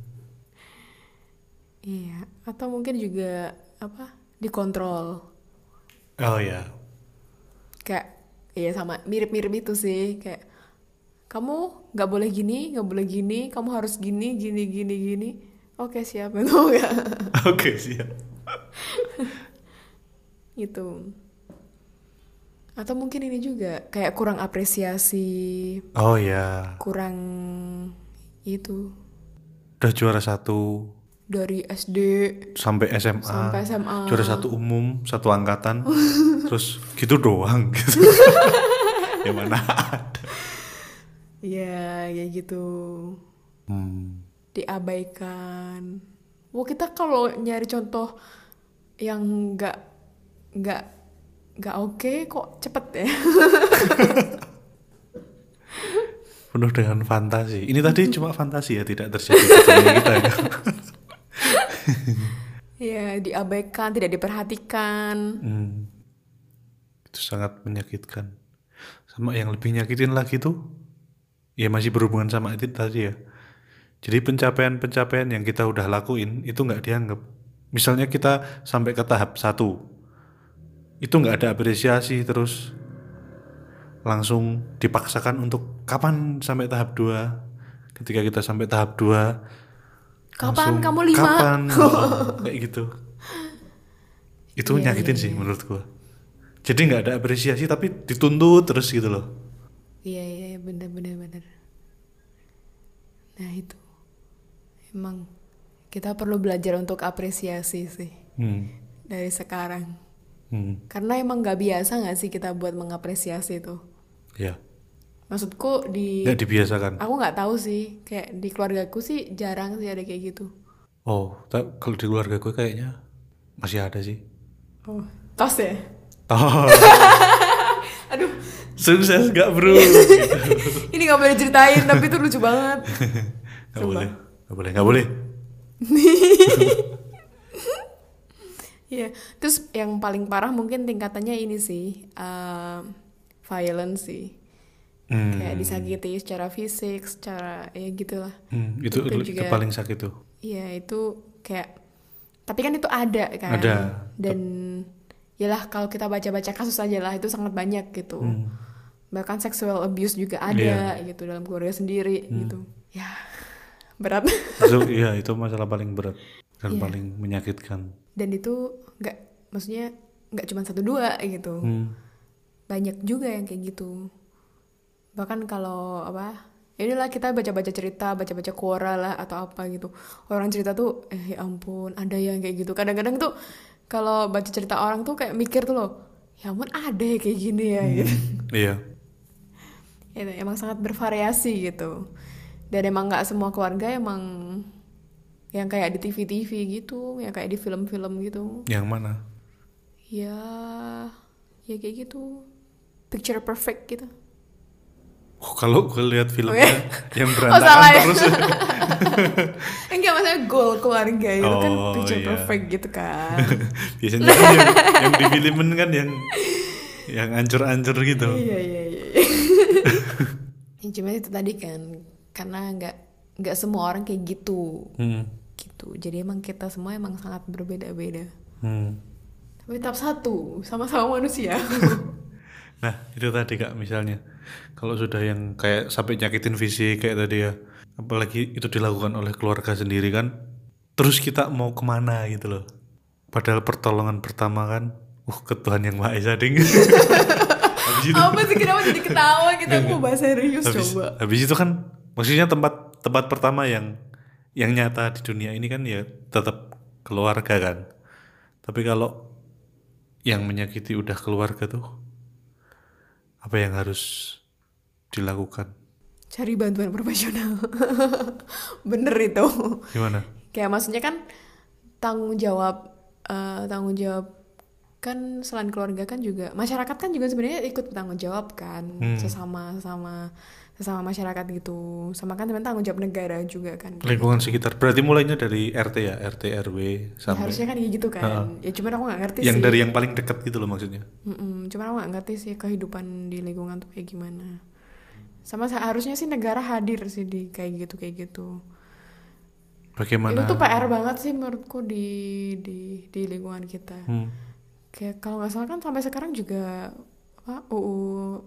Iya, atau mungkin juga apa? Dikontrol. Oh ya, Kayak iya sama mirip-mirip itu sih kayak kamu nggak boleh gini, nggak boleh gini, kamu harus gini, gini, gini, gini. Oke siap, itu nggak oke siap. gitu. Atau mungkin ini juga kayak kurang apresiasi, Oh ya, kurang itu udah juara satu dari S D sampai S M A, sampai S M A. juara satu umum satu angkatan, terus gitu doang gitu. Ya mana ada. Ya, kayak gitu. Hmm. Diabaikan. Wah, kita kalau nyari contoh yang nggak nggak nggak oke kok cepet ya. Penuh dengan fantasi. Ini tadi cuma fantasi ya, tidak terjadi di dunia kita ya. Ya, diabaikan, tidak diperhatikan. Hmm. Itu sangat menyakitkan. Sama yang lebih nyakitin lagi tuh, ya masih berhubungan sama itu tadi ya. Jadi pencapaian-pencapaian yang kita udah lakuin itu nggak dianggap. Misalnya kita sampai ke tahap satu, itu nggak ada apresiasi, terus langsung dipaksakan untuk kapan sampai tahap dua. Ketika kita sampai tahap dua, Kapan langsung, kamu lima? Kapan? Oh, kayak gitu. Itu Iya, nyakitin iya, sih iya. menurut gua. Jadi nggak ada apresiasi tapi dituntut terus gitu loh. Iya, iya, iya, bener, bener, bener. Nah, itu. Emang kita perlu belajar untuk apresiasi sih Hmm. dari sekarang. Hmm. Karena emang nggak biasa nggak sih kita buat mengapresiasi itu. Ya, Maksudku di nggak dibiasakan. aku nggak tahu sih, kayak di keluargaku sih jarang sih ada kayak gitu. Oh, ta- kalau di keluarga gue kayaknya masih ada sih. Oh, tos ya? Oh, Aduh, sukses gak bro? ini nggak boleh ceritain tapi itu lucu banget. Gak Sumpah. boleh, gak boleh, gak boleh. Iya, terus yang paling parah mungkin tingkatannya ini sih, uh, violence sih. Hmm. Kayak disakiti secara fisik, secara ya gitulah. Hmm, itu, Itu itu juga- paling sakit tuh. Iya, itu kayak tapi kan itu ada kan. Ada. Dan yalah kalau kita baca-baca kasus aja lah itu sangat banyak gitu. Hmm. Bahkan sexual abuse juga ada gitu dalam keluarga sendiri gitu. Ya, berat. Itu, iya, itu masalah paling berat dan Iya. paling menyakitkan. Dan itu nggak, maksudnya nggak cuma satu dua gitu. Hmm. Banyak juga yang kayak gitu. Bahkan kalau apa, ya udahlah kita baca-baca cerita, baca-baca Quora lah atau apa gitu. Orang cerita tuh, eh ya ampun, ada yang kayak gitu. Kadang-kadang tuh kalau baca cerita orang tuh kayak mikir tuh loh, ya ampun ada ya kayak gini ya gitu. Iya. Itu emang sangat bervariasi gitu. Dan emang nggak semua keluarga emang yang kayak di T V T V gitu, yang kayak di film-film gitu. Yang mana? Ya, ya kayak gitu, picture perfect gitu. Oh, kalau gue lihat filmnya Oh, yang oh berantakan salah ya. terus. Enggak, maksudnya goal keluarga itu kan Oh, picture iya. perfect gitu kan. Biasanya kan yang, yang di filmin kan yang yang ancur-ancur gitu. Iya iya iya. Ya, cuma itu tadi kan, karena nggak nggak semua orang kayak gitu, Hmm. gitu. Jadi emang kita semua emang sangat berbeda-beda. Hmm. Tapi tetap satu, sama-sama manusia. Nah, itu tadi Kak, misalnya kalau sudah yang kayak sampai nyakitin fisik kayak tadi ya, apalagi itu dilakukan oleh keluarga sendiri kan, terus kita mau kemana gitu loh. Padahal pertolongan pertama kan, uh ke Tuhan yang Maha Esa ding. Habis itu, Apa sih, kenapa jadi ketawa kita mau bahas serius habis, coba. habis itu kan, maksudnya tempat tempat pertama yang yang nyata di dunia ini kan ya tetap keluarga kan. Tapi kalau yang menyakiti udah keluarga tuh, apa yang harus dilakukan? Cari bantuan profesional. Bener itu. Gimana? Kayak maksudnya kan tanggung jawab, eh, tanggung jawab kan selain keluarga kan juga masyarakat kan juga sebenarnya ikut bertanggung jawab kan, Hmm. sesama sesama sesama masyarakat gitu, sama kan teman tanggung jawab negara juga kan. Lingkungan sekitar. Berarti mulainya dari R T ya, R T R W Ya, sampai harusnya kan kayak gitu kan. Ya cuman aku nggak ngerti yang sih. dari yang paling dekat gitu loh maksudnya. Mm-mm, cuman aku nggak ngerti sih kehidupan di lingkungan tuh kayak gimana. Sama seharusnya sih negara hadir sih di kayak gitu kayak gitu. Bagaimana? Itu tuh P R banget sih menurutku di di di lingkungan kita. Hmm. Kayak kalau nggak salah kan sampai sekarang juga apa U U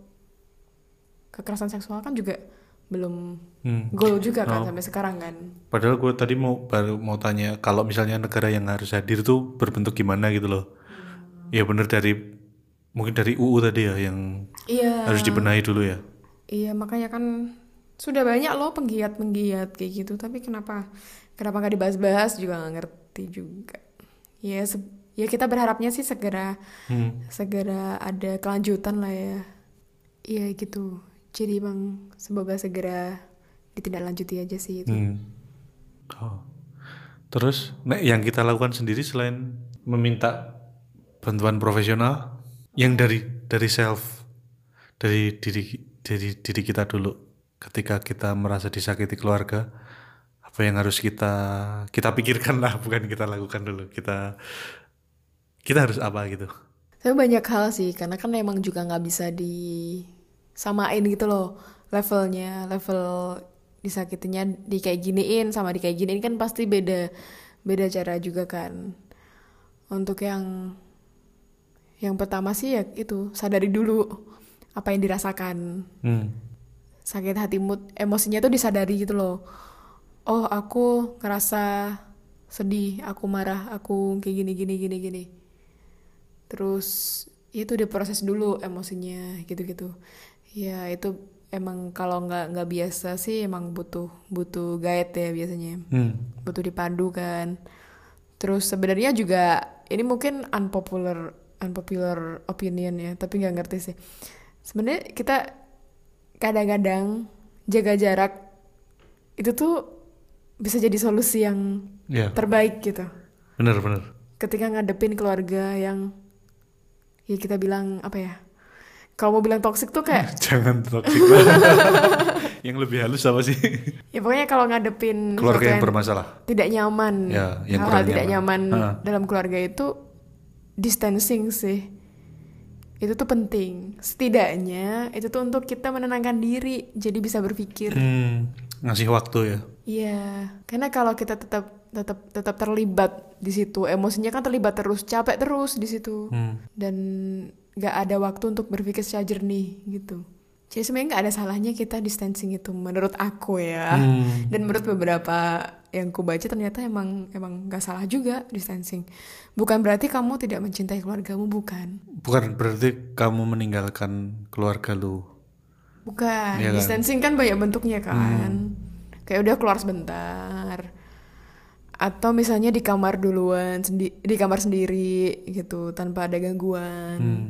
kekerasan seksual kan juga belum Hmm. goal juga kan Oh. sampai sekarang kan. Padahal gue tadi mau baru mau tanya kalau misalnya negara yang harus hadir tuh berbentuk gimana gitu loh. Ya bener dari mungkin dari U U tadi ya yang Iya. harus dibenahi dulu ya. Iya, makanya kan sudah banyak loh penggiat-penggiat kayak gitu, tapi kenapa kenapa nggak dibahas-bahas juga nggak ngerti juga. Ya, se- ya kita berharapnya sih segera Hmm. segera ada kelanjutan lah ya. Iya gitu. Jadi emang semoga segera ditindaklanjuti aja sih itu. Hmm. Oh. Terus, nah, yang kita lakukan sendiri selain meminta bantuan profesional, yang dari dari self, dari diri dari diri kita dulu. Ketika kita merasa disakiti keluarga, apa yang harus kita kita pikirkan lah, bukan kita lakukan dulu. Kita kita harus apa gitu. Tapi banyak hal sih, karena kan emang juga nggak bisa disamain gitu loh levelnya, level disakitinya di kayak giniin sama di kayak giniin kan pasti beda beda cara juga kan. Untuk yang yang pertama sih ya itu sadari dulu apa yang dirasakan, Hmm. sakit hatimu, emosinya tuh disadari gitu loh. Oh aku ngerasa sedih, aku marah, aku kayak gini gini gini gini. Terus itu diproses dulu emosinya gitu-gitu. Ya itu emang kalau nggak nggak biasa sih emang butuh butuh guide ya biasanya. Hmm. Butuh dipandu kan. Terus sebenarnya juga ini mungkin unpopular unpopular opinion ya, tapi nggak ngerti sih. Sebenarnya kita kadang-kadang jaga jarak itu tuh bisa jadi solusi yang Ya, terbaik gitu. benar-benar. Ketika ngadepin keluarga yang ya kita bilang apa ya? Kalau mau bilang toksik tuh kayak Jangan toksik lah. Yang lebih halus apa sih? ya pokoknya kalau ngadepin Keluarga sesuatu yang bermasalah. tidak nyaman, Ya, yang hal-hal kurang tidak nyaman. nyaman, Ha. dalam keluarga itu distancing sih. Itu tuh penting. Setidaknya itu tuh untuk kita menenangkan diri, jadi bisa berpikir. Hmm. Ngasih waktu ya. Iya, karena kalau kita tetap tetap tetap terlibat di situ, emosinya kan terlibat terus, capek terus di situ, Hmm. dan nggak ada waktu untuk berpikir secara jernih gitu. Jadi sebenarnya nggak ada salahnya kita distancing itu, menurut aku ya. Hmm. Dan menurut beberapa yang ku baca ternyata emang emang nggak salah juga distancing. Bukan berarti kamu tidak mencintai keluargamu, bukan. Bukan berarti kamu meninggalkan keluarga lu. Bukan, Iya kan? distancing kan banyak bentuknya kan. Kayak udah keluar sebentar. Atau misalnya di kamar duluan, sendi- di kamar sendiri gitu, tanpa ada gangguan. Hmm.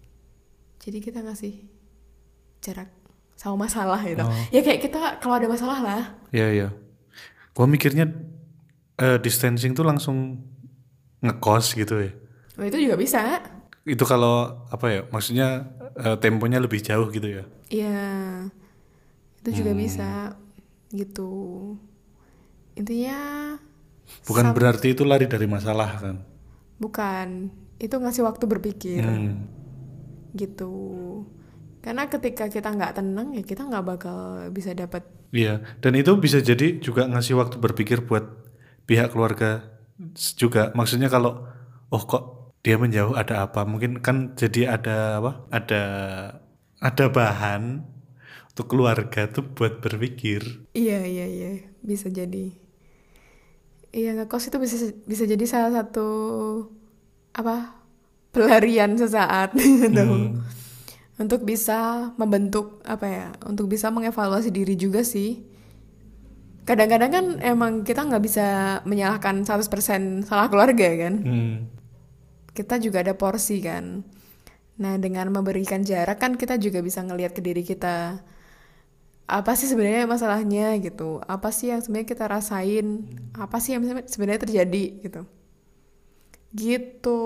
Jadi kita ngasih jarak sama masalah gitu. Oh. Ya kayak kita kalau ada masalah lah. Iya, iya. Gua mikirnya eh, distancing tuh langsung ngekos gitu ya. Oh, itu juga bisa. Itu kalau apa ya? Maksudnya eh, temponya lebih jauh gitu ya. Iya, itu juga Hmm. bisa gitu. Intinya Bukan sam- berarti itu lari dari masalah kan. bukan, itu ngasih waktu berpikir Hmm. gitu. Karena ketika kita nggak tenang ya kita nggak bakal bisa dapat. Iya, dan itu bisa jadi juga ngasih waktu berpikir buat pihak keluarga juga. Maksudnya kalau oh kok dia menjauh ada apa? Mungkin kan jadi ada apa? Ada ada bahan untuk keluarga tuh buat berpikir. Iya iya iya, bisa jadi. Iya, ngekos itu bisa bisa jadi salah satu apa pelarian sesaat gitu. Hmm. Untuk bisa membentuk apa ya, untuk bisa mengevaluasi diri juga sih. Kadang-kadang kan emang kita nggak bisa menyalahkan seratus persen salah keluarga kan. Hmm. Kita juga ada porsi kan. Nah, dengan memberikan jarak kan kita juga bisa ngelihat ke diri kita. Apa sih sebenarnya masalahnya gitu? Apa sih yang sebenarnya kita rasain? Apa sih yang sebenarnya terjadi gitu? Gitu.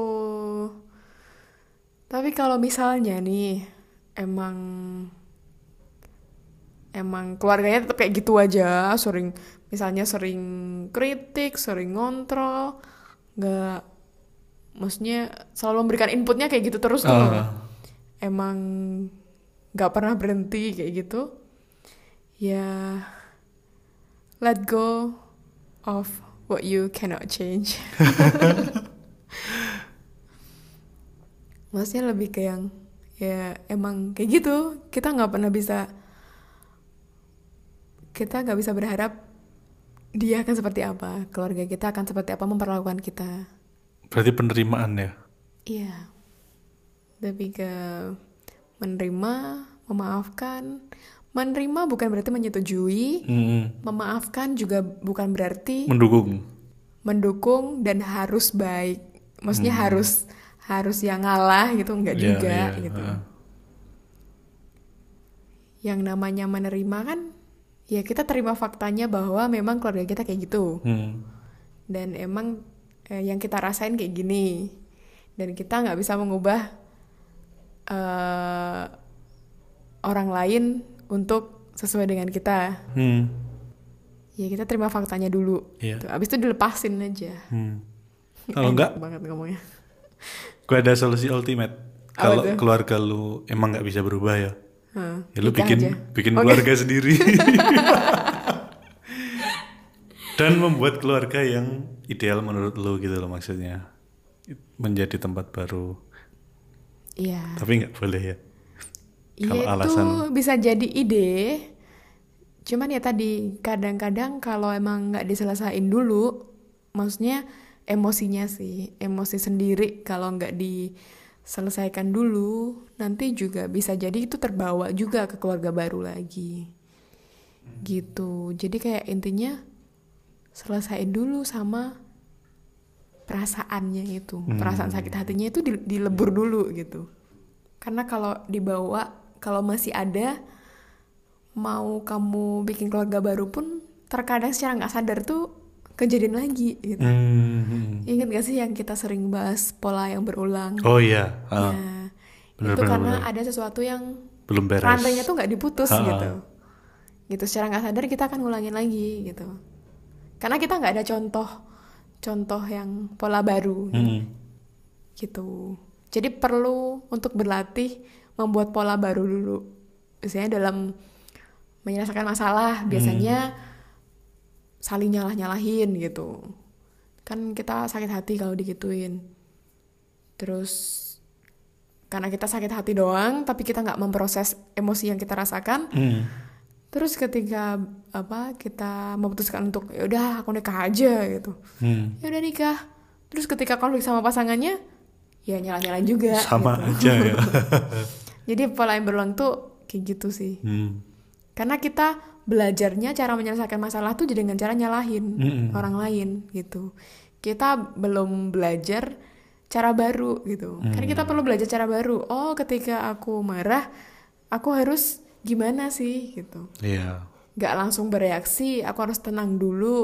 Tapi kalau misalnya nih emang emang keluarganya tetap kayak gitu aja, sering misalnya sering kritik, sering ngontrol, nggak, maksudnya selalu memberikan inputnya kayak gitu terus tuh, Ah. emang nggak pernah berhenti kayak gitu, ya let go of what you cannot change. Maksudnya lebih ke yang ya emang kayak gitu, kita nggak pernah bisa kita nggak bisa berharap dia akan seperti apa, keluarga kita akan seperti apa memperlakukan kita. Berarti penerimaan ya. Iya, lebih ke menerima, memaafkan. Menerima bukan berarti menyetujui, Hmm. memaafkan juga bukan berarti Mendukung. mendukung dan harus baik. Maksudnya harus harus yang ngalah gitu, enggak Iya, juga iya. gitu. Ah. Yang namanya menerima kan ya kita terima faktanya bahwa memang keluarga kita kayak gitu. Hmm. Dan emang eh, yang kita rasain kayak gini. Dan kita nggak bisa mengubah eh, orang lain untuk sesuai dengan kita. Hmm. Ya kita terima faktanya dulu. Iya. Tuh, abis itu dilepasin aja. Hmm. Kalau Enak enggak, banget ngomongnya. gue ada solusi ultimate. Apa Kalau tuh? keluarga lu emang nggak bisa berubah ya, Hah, ya lu nikah bikin aja. bikin Oke. keluarga sendiri. Dan membuat keluarga yang ideal menurut lu gitu loh maksudnya. Menjadi tempat baru. Iya. Tapi nggak boleh ya. Kalau Iya itu alasan- bisa jadi ide. Cuman ya tadi kadang-kadang kalau emang nggak diselesain dulu, maksudnya emosinya sih, emosi sendiri kalau nggak diselesaikan dulu, nanti juga bisa jadi itu terbawa juga ke keluarga baru lagi. Gitu. Jadi kayak intinya selesaiin dulu sama perasaannya itu, perasaan sakit hatinya itu di- dilebur dulu gitu. Karena kalau dibawa, kalau masih ada, mau kamu bikin keluarga baru pun terkadang secara nggak sadar tuh kejadian lagi gitu. Hmm. Ingat gak sih yang kita sering bahas pola yang berulang? Oh iya, ah, Nah, benar, itu benar, karena benar. ada sesuatu yang belum beres. rantainya tuh nggak diputus Ha-ha. gitu. Gitu secara nggak sadar kita akan ngulangin lagi gitu. Karena kita nggak ada contoh contoh yang pola baru gitu. Hmm. Gitu. Jadi perlu untuk berlatih membuat pola baru dulu. Biasanya dalam menyelesaikan masalah, biasanya saling nyalah-nyalahin gitu. Kan kita sakit hati kalau digituin. Terus karena kita sakit hati doang, tapi kita nggak memproses emosi yang kita rasakan. Hmm. Terus ketika apa kita memutuskan untuk ya udah aku nikah aja gitu. Hmm. Ya udah nikah. Terus ketika konflik sama pasangannya, ya nyalah-nyalahin juga. Sama gitu. aja ya. Jadi pola yang berulang tuh kayak gitu sih. Hmm. Karena kita belajarnya cara menyelesaikan masalah tuh jadi dengan cara nyalahin Mm-mm. orang lain gitu. Kita belum belajar cara baru gitu. Karena kita perlu belajar cara baru. Oh, ketika aku marah, aku harus gimana sih gitu. Iya. Gak langsung bereaksi, aku harus tenang dulu.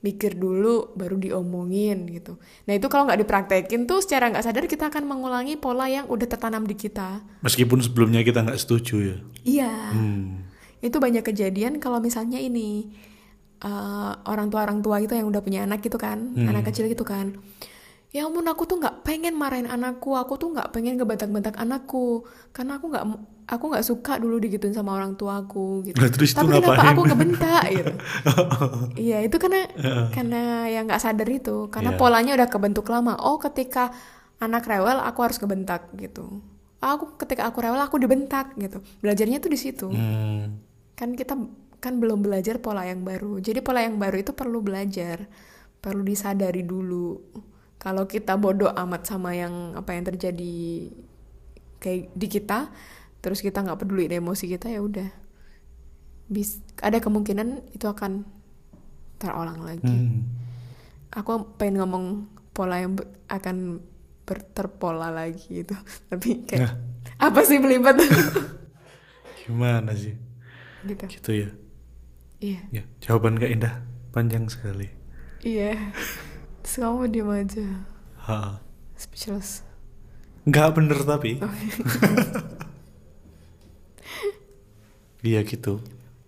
mikir dulu baru diomongin gitu. Nah itu kalau nggak dipraktekin tuh secara nggak sadar kita akan mengulangi pola yang udah tertanam di kita. Meskipun sebelumnya kita nggak setuju ya. Iya. Hmm. Itu banyak kejadian kalau misalnya ini uh, orang tua orang tua itu yang udah punya anak gitu kan, Hmm. anak kecil gitu kan. Ya ampun, aku tuh nggak pengen marahin anakku, aku tuh nggak pengen ngebentak-bentak anakku, karena aku nggak aku nggak suka dulu digituin sama orang tuaku gitu. Nah, terus itu Tapi kenapa ngapain? aku ngebentak gitu? Iya itu karena karena yang nggak sadar itu, karena Iya. polanya udah kebentuk lama. Oh ketika anak rewel aku harus kebentak gitu. Aku ketika aku rewel aku dibentak gitu. Belajarnya tuh di situ. Hmm. Kan kita kan belum belajar pola yang baru. Jadi pola yang baru itu perlu belajar, perlu disadari dulu. Kalau kita bodoh amat sama yang apa yang terjadi kayak di kita, terus kita nggak peduli emosi kita, ya udah, bis ada kemungkinan itu akan terulang lagi. Hmm. Aku pengen ngomong pola yang ber- akan ber- terpola lagi gitu, tapi kayak Nah. apa sih belibet Gimana sih? gitu. Gitu ya. Iya, Ya, jawaban Kak Indah panjang sekali. iya. Terus kamu diem aja, Ha. speechless. Nggak bener tapi. Iya gitu.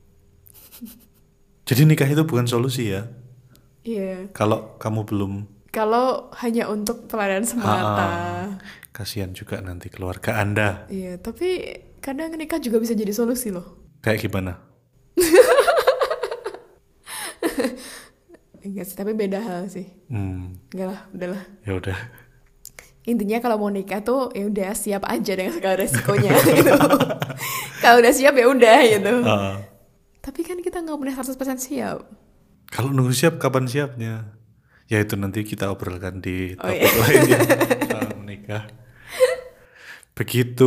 Jadi nikah itu bukan solusi ya. Iya. Kalau kamu belum. Kalau hanya untuk pelayanan semata. Ha-ha. Kasihan juga nanti keluarga Anda. Iya, tapi kadang nikah juga bisa jadi solusi loh. Kayak gimana? Enggak sih, tapi beda hal sih. Hmm, Enggak lah, udahlah. ya udah. Intinya kalau mau nikah tuh ya udah siap aja dengan segala resikonya gitu. Kalau udah siap ya udah gitu. Ha. Tapi kan kita nggak boleh seratus persen siap. Kalau nunggu siap kapan siapnya? Ya itu nanti kita obrolkan di Oh, topik iya. lainnya soal menikah. Begitu.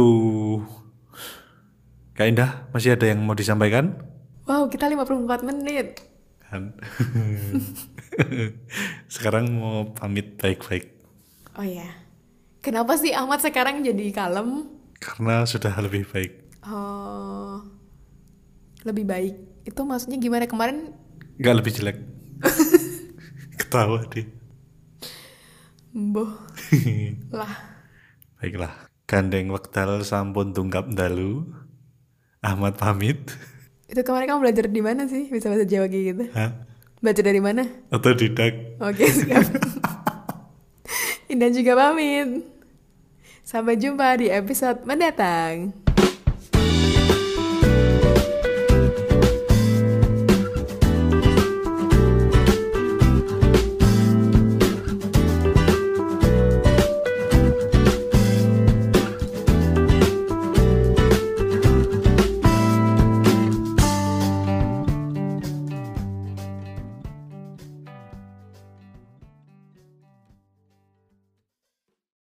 Kak Indah, masih ada yang mau disampaikan? Wow, kita lima puluh empat menit. Kan? Sekarang mau pamit baik-baik. Oh iya. Kenapa sih Ahmad sekarang jadi kalem? Karena sudah lebih baik. Oh, lebih baik. Itu maksudnya gimana kemarin? Nggak lebih jelek. Ketawa dia. Boh lah. Baiklah. Gandeng wekdal sampun tunggap dalu. Ahmad pamit. Itu kemarin kamu belajar di mana sih bisa bahasa Jawa kayak gitu? Hah? Belajar dari mana? Otodidak. Oke, siap. Indah juga pamit. Sampai jumpa di episode mendatang.